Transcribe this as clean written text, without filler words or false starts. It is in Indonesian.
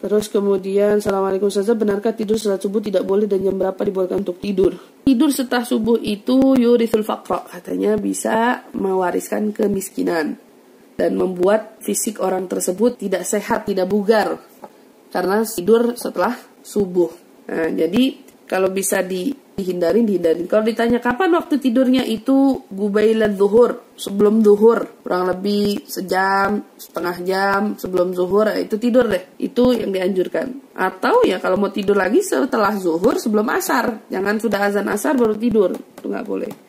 Terus kemudian, Assalamualaikum Ustazah, benarkah tidur salat subuh tidak boleh dan jam berapa dibolehkan untuk tidur? Tidur setelah subuh itu yurithul faqra, katanya bisa mewariskan kemiskinan dan membuat fisik orang tersebut tidak sehat, tidak bugar karena tidur setelah subuh. Nah, jadi kalau bisa dihindarin. Kalau ditanya kapan waktu tidurnya, itu gubailan zuhur, sebelum zuhur, kurang lebih sejam, setengah jam sebelum zuhur, itu tidur deh. Itu yang dianjurkan. Atau ya kalau mau tidur lagi setelah zuhur, sebelum asar. Jangan sudah azan asar baru tidur, itu nggak boleh.